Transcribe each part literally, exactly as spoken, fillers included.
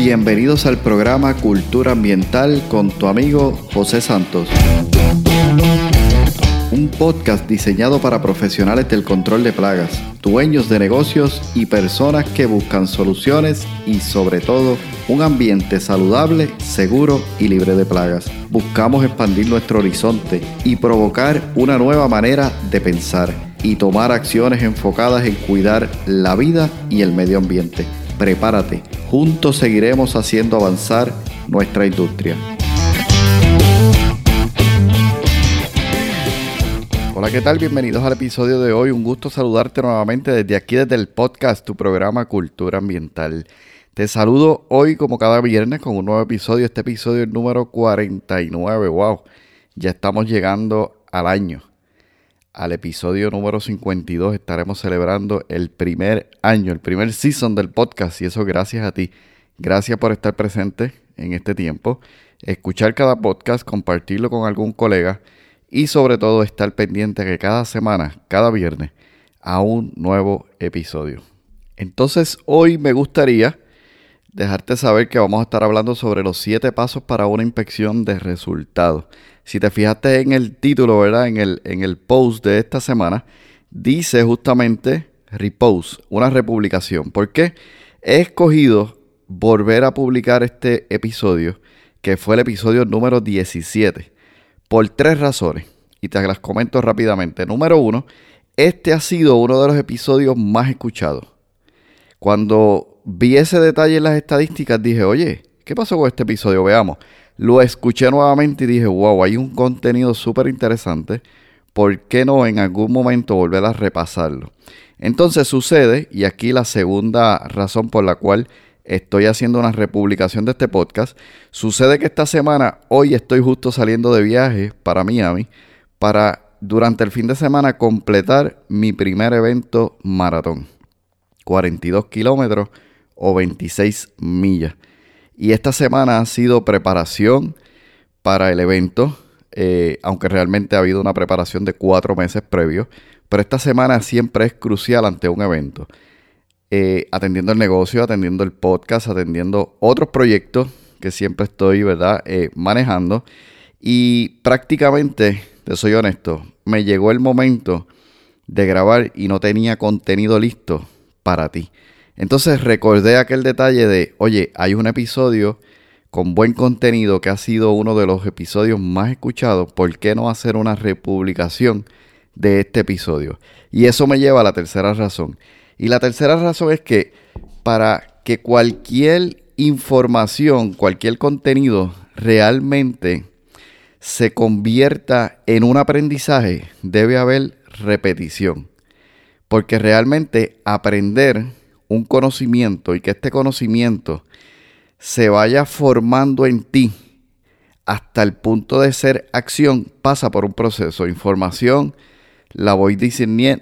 Bienvenidos al programa Cultura Ambiental con tu amigo José Santos. Un podcast diseñado para profesionales del control de plagas, dueños de negocios y personas que buscan soluciones y, sobre todo, un ambiente saludable, seguro y libre de plagas. Buscamos expandir nuestro horizonte y provocar una nueva manera de pensar y tomar acciones enfocadas en cuidar la vida y el medio ambiente. Prepárate, juntos seguiremos haciendo avanzar nuestra industria. Hola, ¿qué tal? Bienvenidos al episodio de hoy. Un gusto saludarte nuevamente desde aquí, desde el podcast, tu programa Cultura Ambiental. Te saludo hoy como cada viernes con un nuevo episodio. Este episodio es el número cuarenta y nueve. ¡Wow! Ya estamos llegando al año. Al episodio número cincuenta y dos estaremos celebrando el primer año, el primer season del podcast. Y eso gracias a ti. Gracias por estar presente en este tiempo. Escuchar cada podcast, compartirlo con algún colega. Y sobre todo estar pendiente que cada semana, cada viernes, a un nuevo episodio. Entonces hoy me gustaría dejarte saber que vamos a estar hablando sobre los siete pasos para una inspección de resultados. Si te fijaste en el título, ¿verdad? En el, en el post de esta semana, dice justamente repost, una republicación. ¿Por qué? He escogido volver a publicar este episodio, que fue el episodio número diecisiete. Por tres razones, y te las comento rápidamente. Número uno, este ha sido uno de los episodios más escuchados. Cuando vi ese detalle en las estadísticas, dije, oye, ¿qué pasó con este episodio? Veamos. Lo escuché nuevamente y dije, wow, hay un contenido súper interesante. ¿Por qué no en algún momento volver a repasarlo? Entonces sucede, y aquí la segunda razón por la cual estoy haciendo una republicación de este podcast. Sucede que esta semana, hoy estoy justo saliendo de viaje para Miami para durante el fin de semana completar mi primer evento maratón. cuarenta y dos kilómetros o veintiséis millas. Y esta semana ha sido preparación para el evento, eh, aunque realmente ha habido una preparación de cuatro meses previos. Pero esta semana siempre es crucial ante un evento. Eh, atendiendo el negocio, atendiendo el podcast, atendiendo otros proyectos que siempre estoy, ¿verdad? Eh, manejando. Y prácticamente, te soy honesto, me llegó el momento de grabar y no tenía contenido listo para ti. Entonces recordé aquel detalle de, oye, hay un episodio con buen contenido que ha sido uno de los episodios más escuchados. ¿Por qué no hacer una republicación de este episodio? Y eso me lleva a la tercera razón. Y la tercera razón es que para que cualquier información, cualquier contenido realmente se convierta en un aprendizaje, debe haber repetición. Porque realmente aprender un conocimiento y que este conocimiento se vaya formando en ti hasta el punto de ser acción pasa por un proceso. Información la voy discerniendo.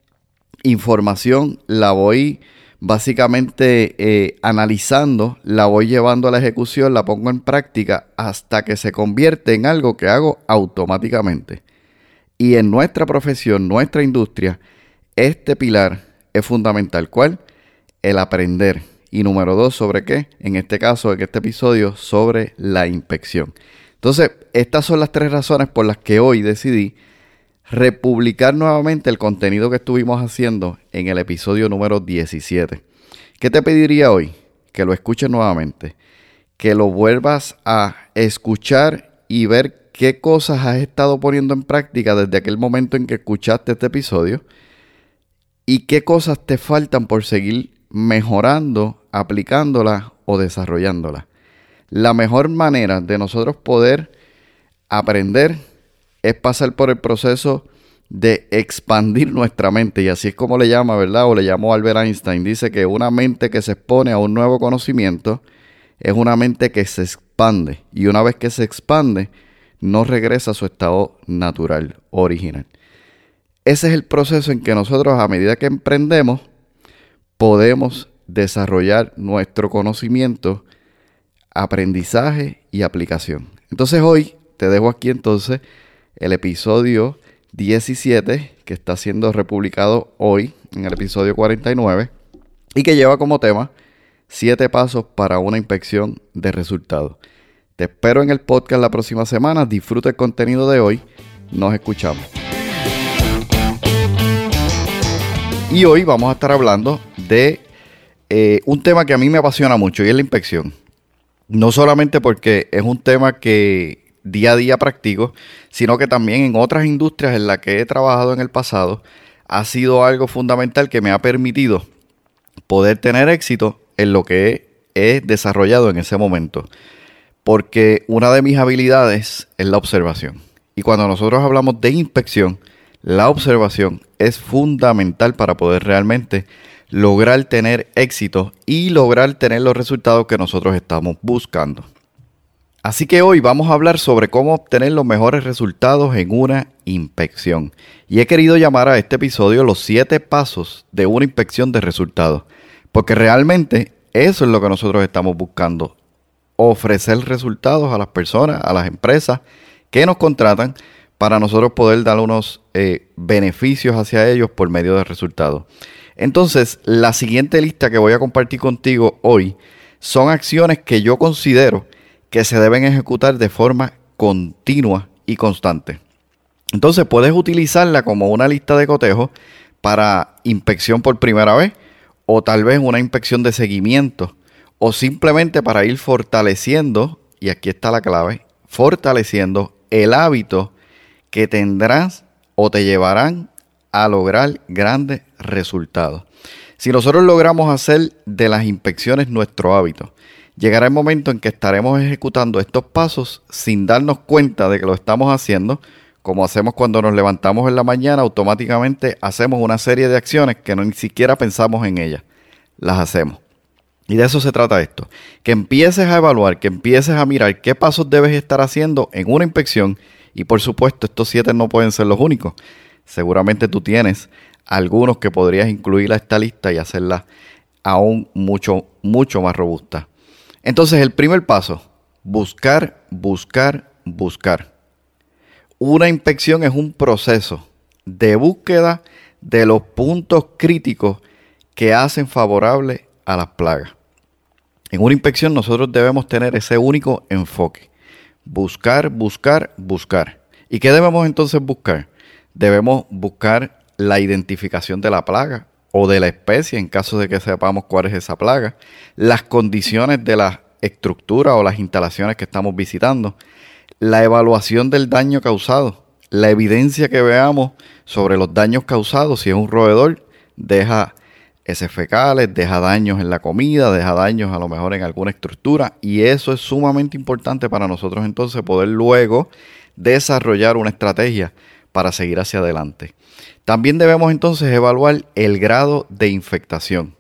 Información la voy básicamente eh, analizando, la voy llevando a la ejecución, la pongo en práctica hasta que se convierte en algo que hago automáticamente. Y en nuestra profesión, nuestra industria, este pilar es fundamental. ¿Cuál? El aprender. Y número dos, ¿sobre qué? En este caso, en este episodio, sobre la inspección. Entonces, estas son las tres razones por las que hoy decidí republicar nuevamente el contenido que estuvimos haciendo en el episodio número diecisiete. ¿Qué te pediría hoy? Que lo escuches nuevamente, que lo vuelvas a escuchar y ver qué cosas has estado poniendo en práctica desde aquel momento en que escuchaste este episodio y qué cosas te faltan por seguir mejorando, aplicándolas o desarrollándolas. La mejor manera de nosotros poder aprender es pasar por el proceso de expandir nuestra mente. Y así es como le llama, ¿verdad? O le llamó Albert Einstein. Dice que una mente que se expone a un nuevo conocimiento es una mente que se expande. Y una vez que se expande, no regresa a su estado natural, original. Ese es el proceso en que nosotros, a medida que emprendemos, podemos desarrollar nuestro conocimiento, aprendizaje y aplicación. Entonces hoy te dejo aquí entonces el episodio diecisiete que está siendo republicado hoy en el episodio cuarenta y nueve y que lleva como tema siete pasos para una inspección de resultados. Te espero en el podcast la próxima semana. Disfruta el contenido de hoy. Nos escuchamos. Y hoy vamos a estar hablando de eh, un tema que a mí me apasiona mucho y es la inspección. No solamente porque es un tema que día a día practico, sino que también en otras industrias en las que he trabajado en el pasado ha sido algo fundamental que me ha permitido poder tener éxito en lo que he, he desarrollado en ese momento. Porque una de mis habilidades es la observación. Y cuando nosotros hablamos de inspección, la observación es fundamental para poder realmente lograr tener éxito y lograr tener los resultados que nosotros estamos buscando. Así que hoy vamos a hablar sobre cómo obtener los mejores resultados en una inspección. Y he querido llamar a este episodio los siete pasos de una inspección de resultados. Porque realmente eso es lo que nosotros estamos buscando. Ofrecer resultados a las personas, a las empresas que nos contratan para nosotros poder dar unos eh, beneficios hacia ellos por medio de resultados. Entonces, la siguiente lista que voy a compartir contigo hoy son acciones que yo considero que se deben ejecutar de forma continua y constante. Entonces, puedes utilizarla como una lista de cotejo para inspección por primera vez o tal vez una inspección de seguimiento o simplemente para ir fortaleciendo, y aquí está la clave, fortaleciendo el hábito que tendrás o te llevarán a lograr grandes resultados. Si nosotros logramos hacer de las inspecciones nuestro hábito, llegará el momento en que estaremos ejecutando estos pasos sin darnos cuenta de que lo estamos haciendo, como hacemos cuando nos levantamos en la mañana, automáticamente hacemos una serie de acciones que no ni siquiera pensamos en ellas, las hacemos. Y de eso se trata esto, que empieces a evaluar, que empieces a mirar qué pasos debes estar haciendo en una inspección. Y por supuesto, estos siete no pueden ser los únicos. Seguramente tú tienes algunos que podrías incluir a esta lista y hacerla aún mucho, mucho más robusta. Entonces, el primer paso, buscar, buscar, buscar. Una inspección es un proceso de búsqueda de los puntos críticos que hacen favorable a las plagas. En una inspección nosotros debemos tener ese único enfoque. Buscar, buscar, buscar. ¿Y qué debemos entonces buscar? Debemos buscar la identificación de la plaga o de la especie en caso de que sepamos cuál es esa plaga, las condiciones de la estructura o las instalaciones que estamos visitando, la evaluación del daño causado, la evidencia que veamos sobre los daños causados. Si es un roedor, deja heces fecales, deja daños en la comida, deja daños a lo mejor en alguna estructura, y eso es sumamente importante para nosotros entonces poder luego desarrollar una estrategia para seguir hacia adelante. También debemos entonces evaluar el grado de infectación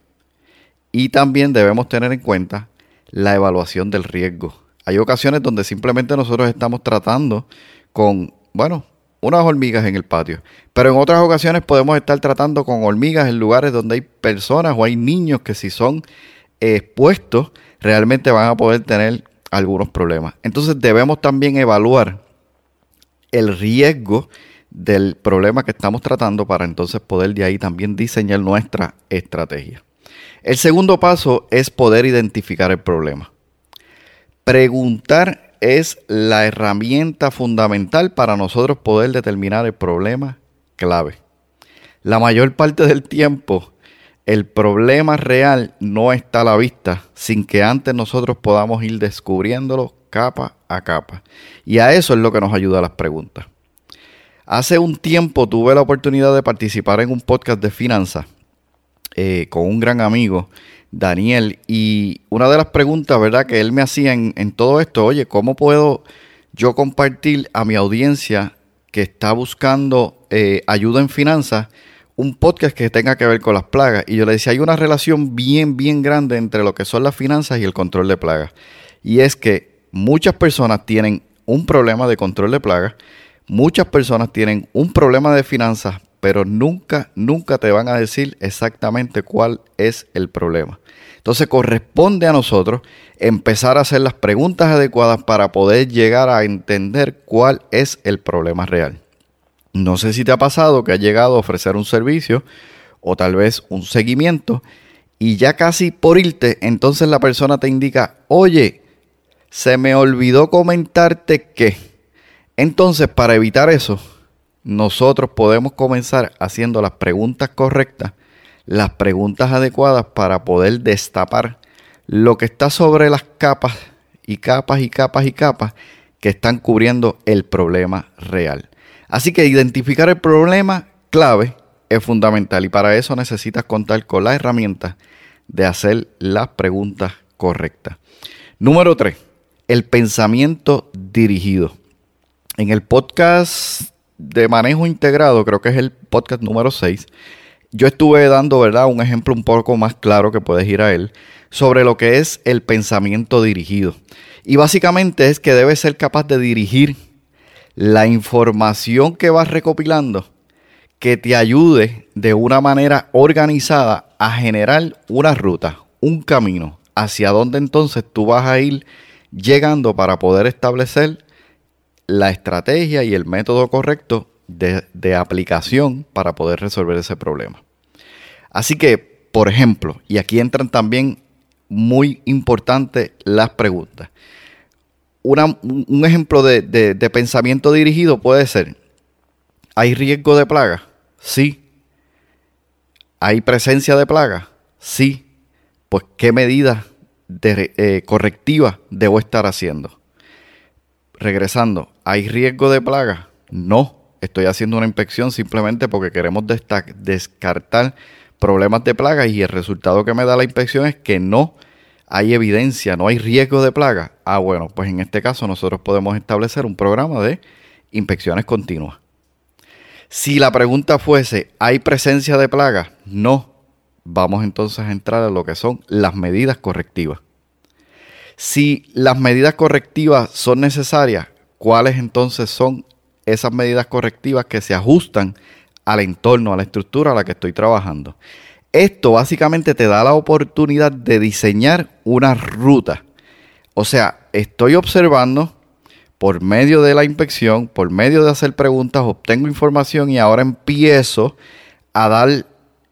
y también debemos tener en cuenta la evaluación del riesgo. Hay ocasiones donde simplemente nosotros estamos tratando con, bueno, unas hormigas en el patio. Pero en otras ocasiones podemos estar tratando con hormigas en lugares donde hay personas o hay niños que si son expuestos realmente van a poder tener algunos problemas. Entonces debemos también evaluar el riesgo del problema que estamos tratando para entonces poder de ahí también diseñar nuestra estrategia. El segundo paso es poder identificar el problema. Preguntar es la herramienta fundamental para nosotros poder determinar el problema clave. La mayor parte del tiempo, el problema real no está a la vista sin que antes nosotros podamos ir descubriéndolo capa a capa. Y a eso es lo que nos ayuda las preguntas. Hace un tiempo tuve la oportunidad de participar en un podcast de finanzas eh, con un gran amigo, Daniel, y una de las preguntas, ¿verdad?, que él me hacía en, en todo esto, oye, ¿cómo puedo yo compartir a mi audiencia que está buscando eh, ayuda en finanzas un podcast que tenga que ver con las plagas? Y yo le decía, hay una relación bien, bien grande entre lo que son las finanzas y el control de plagas. Y es que muchas personas tienen un problema de control de plagas, muchas personas tienen un problema de finanzas, pero nunca, nunca te van a decir exactamente cuál es el problema. Entonces corresponde a nosotros empezar a hacer las preguntas adecuadas para poder llegar a entender cuál es el problema real. No sé si te ha pasado que has llegado a ofrecer un servicio o tal vez un seguimiento y ya casi por irte, entonces la persona te indica, oye, se me olvidó comentarte que. Entonces, para evitar eso, nosotros podemos comenzar haciendo las preguntas correctas, las preguntas adecuadas para poder destapar lo que está sobre las capas y capas y capas y capas que están cubriendo el problema real. Así que identificar el problema clave es fundamental y para eso necesitas contar con las herramientas de hacer las preguntas correctas. Número tres, el pensamiento dirigido. En el podcast de manejo integrado, creo que es el podcast número seis, yo estuve dando, ¿verdad?, un ejemplo un poco más claro que puedes ir a él sobre lo que es el pensamiento dirigido. Y básicamente es que debes ser capaz de dirigir la información que vas recopilando que te ayude de una manera organizada a generar una ruta, un camino, hacia donde entonces tú vas a ir llegando para poder establecer la estrategia y el método correcto de, de aplicación para poder resolver ese problema. Así que, por ejemplo, y aquí entran también muy importantes las preguntas. Una, un ejemplo de, de, de pensamiento dirigido puede ser, ¿hay riesgo de plaga? Sí. ¿Hay presencia de plaga? Sí. Pues, ¿qué medidas de, eh, correctivas debo estar haciendo? Regresando, ¿hay riesgo de plaga? No. Estoy haciendo una inspección simplemente porque queremos destac- descartar problemas de plaga y el resultado que me da la inspección es que no hay evidencia, no hay riesgo de plaga. Ah, bueno, pues en este caso nosotros podemos establecer un programa de inspecciones continuas. Si la pregunta fuese, ¿hay presencia de plaga? No. Vamos entonces a entrar a lo que son las medidas correctivas. Si las medidas correctivas son necesarias, ¿cuáles entonces son esas medidas correctivas que se ajustan al entorno, a la estructura a la que estoy trabajando? Esto básicamente te da la oportunidad de diseñar una ruta. O sea, estoy observando por medio de la inspección, por medio de hacer preguntas, obtengo información y ahora empiezo a dar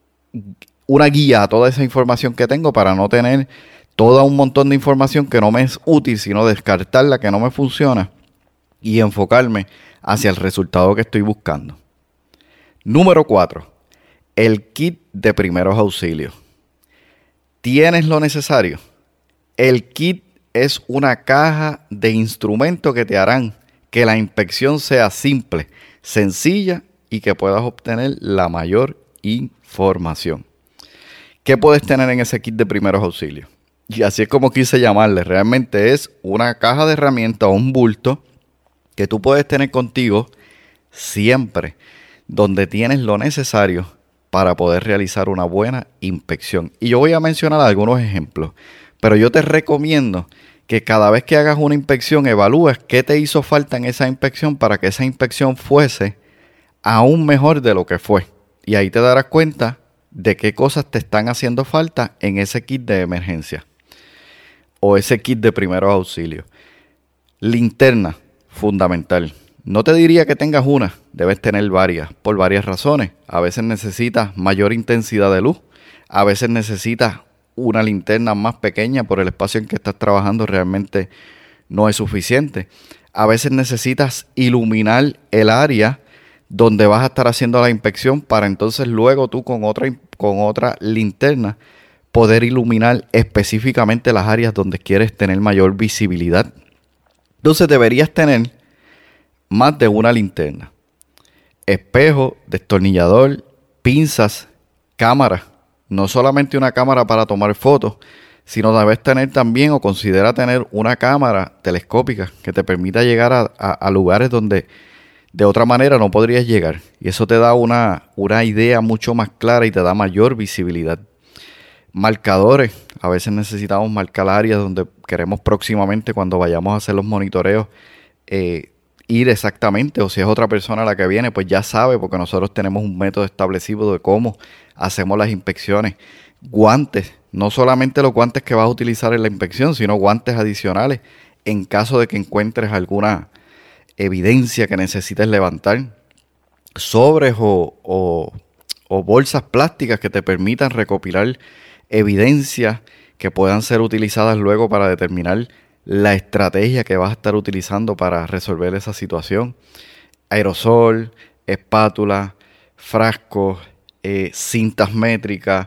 una guía a toda esa información que tengo para no tener todo un montón de información que no me es útil, sino descartarla, que no me funciona y enfocarme hacia el resultado que estoy buscando. Número cuatro. El kit de primeros auxilios. ¿Tienes lo necesario? El kit es una caja de instrumentos que te harán que la inspección sea simple, sencilla y que puedas obtener la mayor información. ¿Qué puedes tener en ese kit de primeros auxilios? Y así es como quise llamarle. Realmente es una caja de herramientas o un bulto que tú puedes tener contigo siempre, donde tienes lo necesario para poder realizar una buena inspección. Y yo voy a mencionar algunos ejemplos, pero yo te recomiendo que cada vez que hagas una inspección evalúes qué te hizo falta en esa inspección para que esa inspección fuese aún mejor de lo que fue. Y ahí te darás cuenta de qué cosas te están haciendo falta en ese kit de emergencia o ese kit de primeros auxilios. Linterna, fundamental. No te diría que tengas una, debes tener varias, por varias razones. A veces necesitas mayor intensidad de luz, a veces necesitas una linterna más pequeña por el espacio en que estás trabajando realmente no es suficiente. A veces necesitas iluminar el área donde vas a estar haciendo la inspección para entonces luego tú con otra, con otra linterna poder iluminar específicamente las áreas donde quieres tener mayor visibilidad. Entonces deberías tener más de una linterna, espejo, destornillador, pinzas, cámara. No solamente una cámara para tomar fotos, sino debes tener también o considera tener una cámara telescópica que te permita llegar a, a, a lugares donde de otra manera no podrías llegar. Y eso te da una, una idea mucho más clara y te da mayor visibilidad. Marcadores. A veces necesitamos marcar áreas donde queremos próximamente cuando vayamos a hacer los monitoreos eh, ir exactamente, o si es otra persona la que viene, pues ya sabe, porque nosotros tenemos un método establecido de cómo hacemos las inspecciones. Guantes, no solamente los guantes que vas a utilizar en la inspección, sino guantes adicionales en caso de que encuentres alguna evidencia que necesites levantar. Sobres o, o, o bolsas plásticas que te permitan recopilar evidencias que puedan ser utilizadas luego para determinar la estrategia que vas a estar utilizando para resolver esa situación. Aerosol, espátula, frascos, eh, cintas métricas.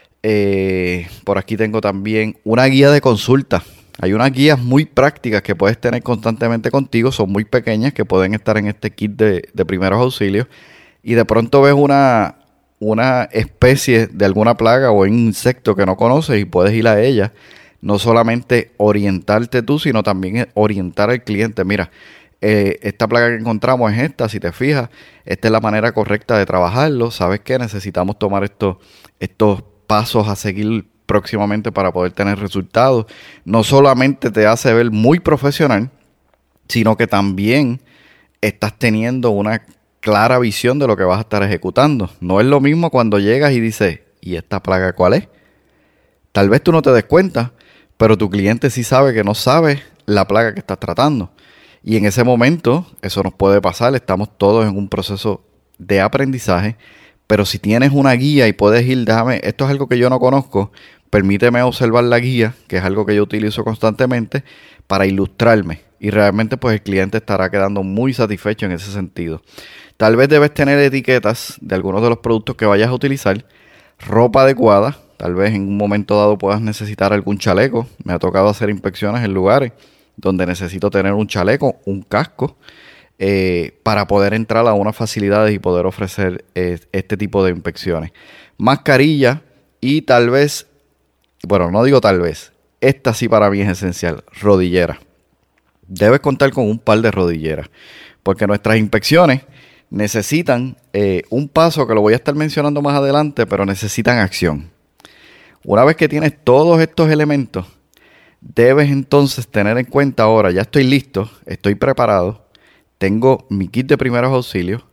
Eh, por aquí tengo también una guía de consulta. Hay unas guías muy prácticas que puedes tener constantemente contigo. Son muy pequeñas, que pueden estar en este kit de, de primeros auxilios. Y de pronto ves una, una especie de alguna plaga o un insecto que no conoces y puedes ir a ella. No solamente orientarte tú, sino también orientar al cliente. Mira, eh, esta plaga que encontramos es esta, si te fijas, esta es la manera correcta de trabajarlo. ¿Sabes qué? Necesitamos tomar estos, estos pasos a seguir próximamente para poder tener resultados. No solamente te hace ver muy profesional, sino que también estás teniendo una clara visión de lo que vas a estar ejecutando. No es lo mismo cuando llegas y dices, ¿y esta plaga cuál es? Tal vez tú no te des cuenta, pero tu cliente sí sabe que no sabe la plaga que estás tratando. Y en ese momento, eso nos puede pasar. Estamos todos en un proceso de aprendizaje. Pero si tienes una guía y puedes ir, déjame, esto es algo que yo no conozco, permíteme observar la guía, que es algo que yo utilizo constantemente, para ilustrarme. Y realmente pues el cliente estará quedando muy satisfecho en ese sentido. Tal vez debes tener etiquetas de algunos de los productos que vayas a utilizar, ropa adecuada. Tal vez en un momento dado puedas necesitar algún chaleco. Me ha tocado hacer inspecciones en lugares donde necesito tener un chaleco, un casco, eh, para poder entrar a unas facilidades y poder ofrecer eh, este tipo de inspecciones. Mascarilla y tal vez, bueno, no digo tal vez, esta sí para mí es esencial, rodillera. Debes contar con un par de rodilleras, porque nuestras inspecciones necesitan eh, un paso que lo voy a estar mencionando más adelante, pero necesitan acción. Una vez que tienes todos estos elementos, debes entonces tener en cuenta ahora, ya estoy listo, estoy preparado, tengo mi kit de primeros auxilios,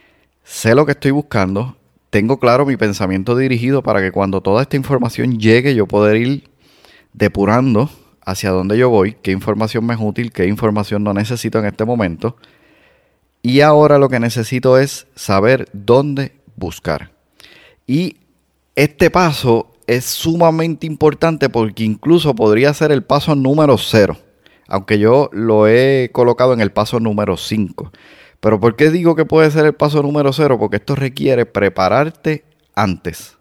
sé lo que estoy buscando, tengo claro mi pensamiento dirigido para que cuando toda esta información llegue yo poder ir depurando hacia dónde yo voy, qué información me es útil, qué información no necesito en este momento. Y ahora lo que necesito es saber dónde buscar. Y este paso es sumamente importante porque incluso podría ser el paso número cero, aunque yo lo he colocado en el paso número cinco. Pero ¿por qué digo que puede ser el paso número cero? Porque esto requiere prepararte antes.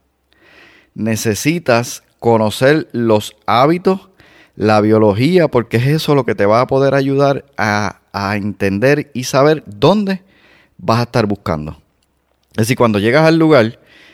Necesitas conocer los hábitos, la biología, porque es eso lo que te va a poder ayudar a, a entender y saber dónde vas a estar buscando. Es decir, cuando llegas al lugar,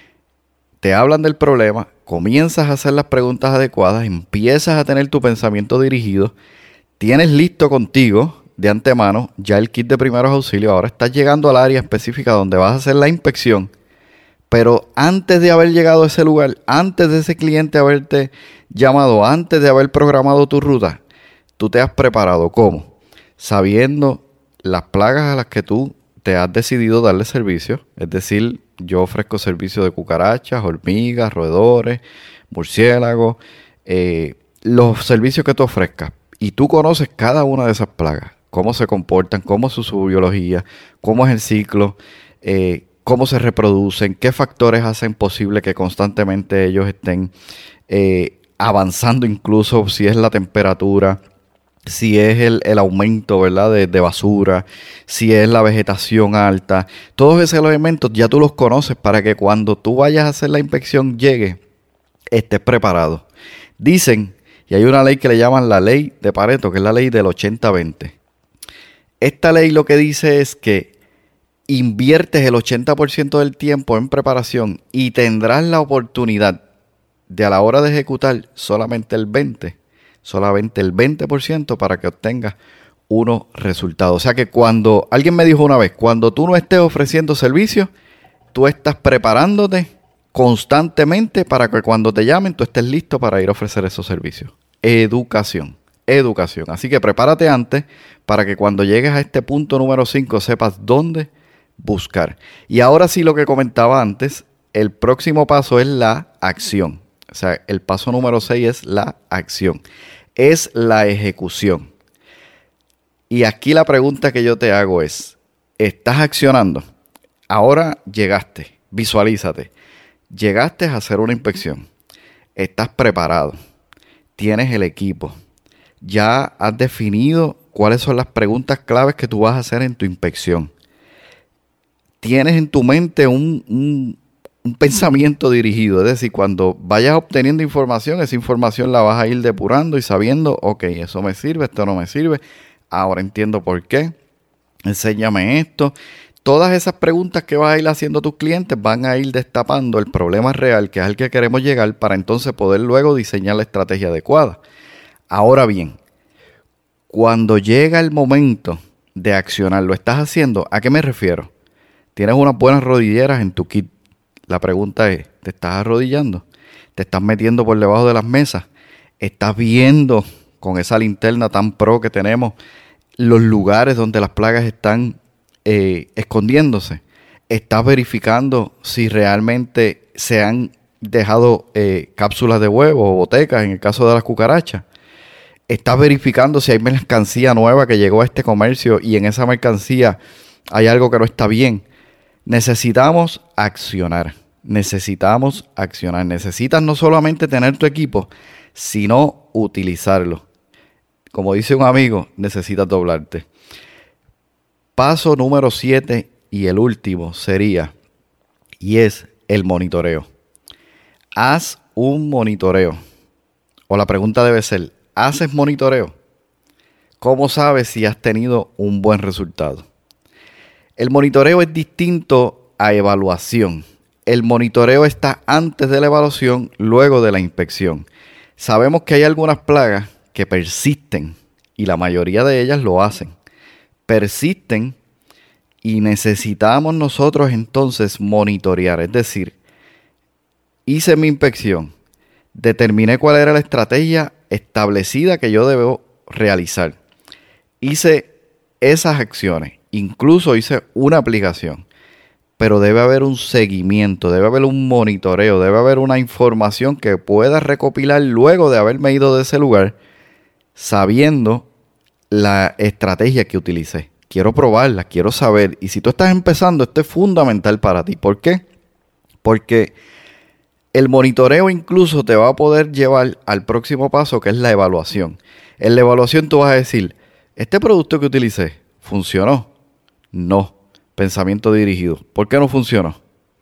te hablan del problema, comienzas a hacer las preguntas adecuadas, empiezas a tener tu pensamiento dirigido, tienes listo contigo de antemano ya el kit de primeros auxilios, ahora estás llegando al área específica donde vas a hacer la inspección, pero antes de haber llegado a ese lugar, antes de ese cliente haberte llamado, antes de haber programado tu ruta, tú te has preparado. ¿Cómo? Sabiendo las plagas a las que tú te has decidido darle servicio, es decir, yo ofrezco servicio de cucarachas, hormigas, roedores, murciélagos, eh, los servicios que tú ofrezcas. Y tú conoces cada una de esas plagas, cómo se comportan, cómo es su, su biología, cómo es el ciclo, eh, cómo se reproducen, qué factores hacen posible que constantemente ellos estén eh, avanzando, incluso si es la temperatura, si es el, el aumento, ¿verdad?, de, de basura, si es la vegetación alta. Todos esos elementos ya tú los conoces para que cuando tú vayas a hacer la inspección llegue, estés preparado. Dicen, y hay una ley que le llaman la ley de Pareto, que es la ley del ochenta veinte. Esta ley lo que dice es que inviertes el ochenta por ciento del tiempo en preparación y tendrás la oportunidad de a la hora de ejecutar solamente el veinte por ciento. Solamente el veinte por ciento para que obtengas unos resultados. O sea que cuando, alguien me dijo una vez, cuando tú no estés ofreciendo servicios, tú estás preparándote constantemente para que cuando te llamen tú estés listo para ir a ofrecer esos servicios. Educación, educación. Así que prepárate antes para que cuando llegues a este punto número cinco sepas dónde buscar. Y ahora sí, lo que comentaba antes, el próximo paso es la acción. O sea, el paso número seis es la acción. Es la ejecución. Y aquí la pregunta que yo te hago es, ¿estás accionando? Ahora llegaste, visualízate. Llegaste a hacer una inspección. estás preparado, tienes el equipo, ya has definido cuáles son las preguntas claves que tú vas a hacer en tu inspección. Tienes en tu mente un, un, un pensamiento dirigido, es decir, cuando vayas obteniendo información, esa información la vas a ir depurando y sabiendo, ok, eso me sirve, esto no me sirve, ahora entiendo por qué, enséñame esto. Todas esas preguntas que vas a ir haciendo a tus clientes van a ir destapando el problema real, que es al que queremos llegar, para entonces poder luego diseñar la estrategia adecuada. Ahora bien, cuando llega el momento de accionar, ¿lo estás haciendo? ¿A qué me refiero? Tienes unas buenas rodilleras en tu kit. La pregunta es, ¿te estás arrodillando? ¿Te estás metiendo por debajo de las mesas? ¿Estás viendo con esa linterna tan pro que tenemos los lugares donde las plagas están eh, escondiéndose? ¿Estás verificando si realmente se han dejado eh, cápsulas de huevo o botecas en el caso de las cucarachas? ¿Estás verificando si hay mercancía nueva que llegó a este comercio y en esa mercancía hay algo que no está bien? Necesitamos accionar, necesitamos accionar. Necesitas no solamente tener tu equipo, sino utilizarlo. Como dice un amigo, necesitas doblarte. Paso número siete y el último sería, y es el monitoreo. Haz un monitoreo. O la pregunta debe ser, ¿haces monitoreo? ¿Cómo sabes si has tenido un buen resultado? El monitoreo es distinto a evaluación. El monitoreo está antes de la evaluación, luego de la inspección. Sabemos que hay algunas plagas que persisten y la mayoría de ellas lo hacen. Persisten y necesitamos nosotros entonces monitorear. Es decir, hice mi inspección, determiné cuál era la estrategia establecida que yo debo realizar. Hice esas acciones. Incluso hice una aplicación, pero debe haber un seguimiento, debe haber un monitoreo, debe haber una información que pueda recopilar luego de haberme ido de ese lugar, sabiendo la estrategia que utilicé. Quiero probarla, quiero saber. Y si tú estás empezando, esto es fundamental para ti. ¿Por qué? Porque el monitoreo incluso te va a poder llevar al próximo paso, que es la evaluación. En la evaluación tú vas a decir, este producto que utilicé, ¿funcionó? No. Pensamiento dirigido. ¿Por qué no funcionó?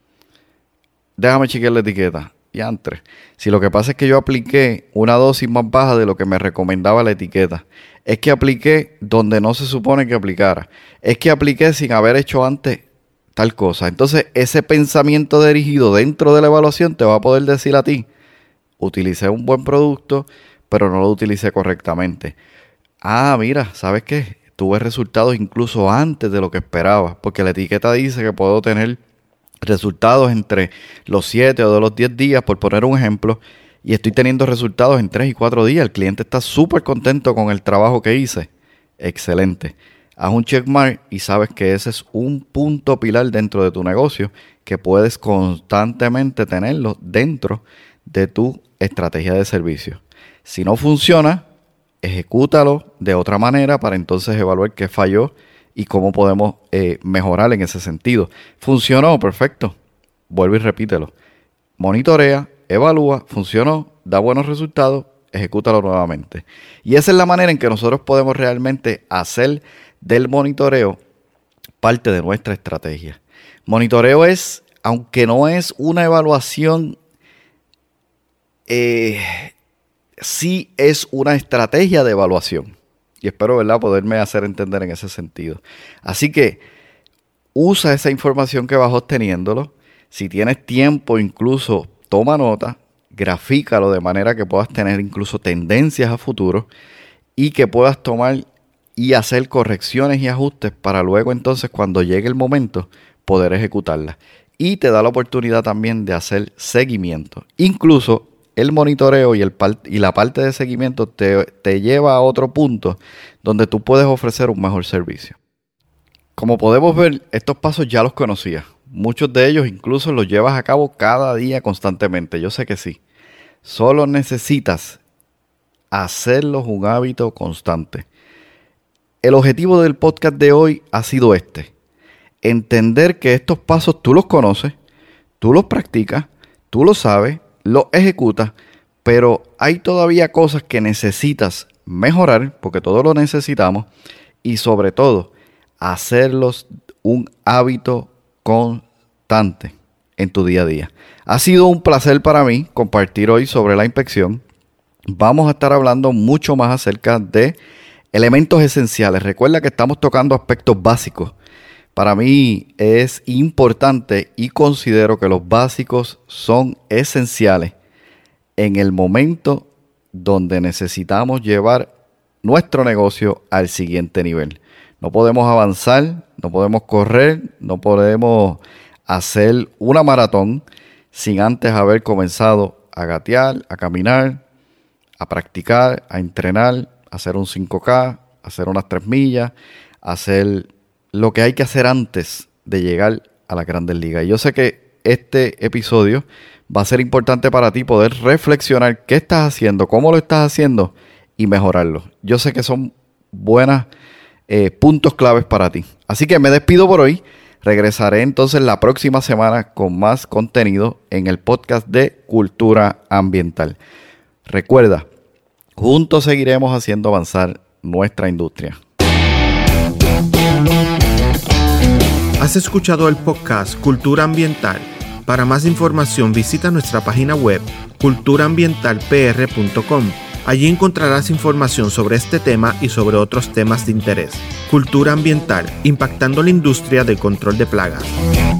Déjame chequear la etiqueta. Diantre. Si lo que pasa es que yo apliqué una dosis más baja de lo que me recomendaba la etiqueta. Es que apliqué donde no se supone que aplicara. Es que apliqué sin haber hecho antes tal cosa. Entonces, ese pensamiento dirigido dentro de la evaluación te va a poder decir a ti, utilicé un buen producto, pero no lo utilicé correctamente. Ah, mira, ¿sabes qué? Tuve resultados incluso antes de lo que esperaba, porque la etiqueta dice que puedo tener resultados entre los siete o de los diez días, por poner un ejemplo, y estoy teniendo resultados en tres y cuatro días. El cliente está súper contento con el trabajo que hice. Excelente. Haz un checkmark y sabes que ese es un punto pilar dentro de tu negocio que puedes constantemente tenerlo dentro de tu estrategia de servicio. Si no funciona, ejecútalo de otra manera para entonces evaluar qué falló y cómo podemos eh, mejorar en ese sentido. ¿Funcionó? Perfecto. Vuelve y repítelo. Monitorea, evalúa, funcionó, da buenos resultados, ejecútalo nuevamente. Y esa es la manera en que nosotros podemos realmente hacer del monitoreo parte de nuestra estrategia. Monitoreo es, aunque no es una evaluación, eh, sí es una estrategia de evaluación. Y espero, ¿verdad?, poderme hacer entender en ese sentido. Así que usa esa información que vas obteniéndolo. Si tienes tiempo, incluso toma nota, grafícalo de manera que puedas tener incluso tendencias a futuro y que puedas tomar y hacer correcciones y ajustes para luego entonces, cuando llegue el momento, poder ejecutarlas. Y te da la oportunidad también de hacer seguimiento. Incluso el monitoreo y, el par- y la parte de seguimiento te, te lleva a otro punto donde tú puedes ofrecer un mejor servicio. Como podemos ver, estos pasos ya los conocías. Muchos de ellos incluso los llevas a cabo cada día constantemente. Yo sé que sí. Solo necesitas hacerlos un hábito constante. El objetivo del podcast de hoy ha sido este. Entender que estos pasos tú los conoces, tú los practicas, tú los sabes, los ejecutas, pero hay todavía cosas que necesitas mejorar, porque todo lo necesitamos, y sobre todo, hacerlos un hábito constante en tu día a día. Ha sido un placer para mí compartir hoy sobre la inspección. Vamos a estar hablando mucho más acerca de elementos esenciales. Recuerda que estamos tocando aspectos básicos. Para mí es importante y considero que los básicos son esenciales en el momento donde necesitamos llevar nuestro negocio al siguiente nivel. No podemos avanzar, no podemos correr, no podemos hacer una maratón sin antes haber comenzado a gatear, a caminar, a practicar, a entrenar, a hacer un cinco K, a hacer unas tres millas, a hacer lo que hay que hacer antes de llegar a las Grandes Ligas. Y yo sé que este episodio va a ser importante para ti poder reflexionar qué estás haciendo, cómo lo estás haciendo y mejorarlo. Yo sé que son buenos eh, puntos claves para ti. Así que me despido por hoy. Regresaré entonces la próxima semana con más contenido en el podcast de Cultura Ambiental. Recuerda, juntos seguiremos haciendo avanzar nuestra industria. Has escuchado el podcast Cultura Ambiental. Para más información visita nuestra página web cultura ambiental p r punto com. Allí encontrarás información sobre este tema y sobre otros temas de interés. Cultura Ambiental, impactando la industria del control de plagas.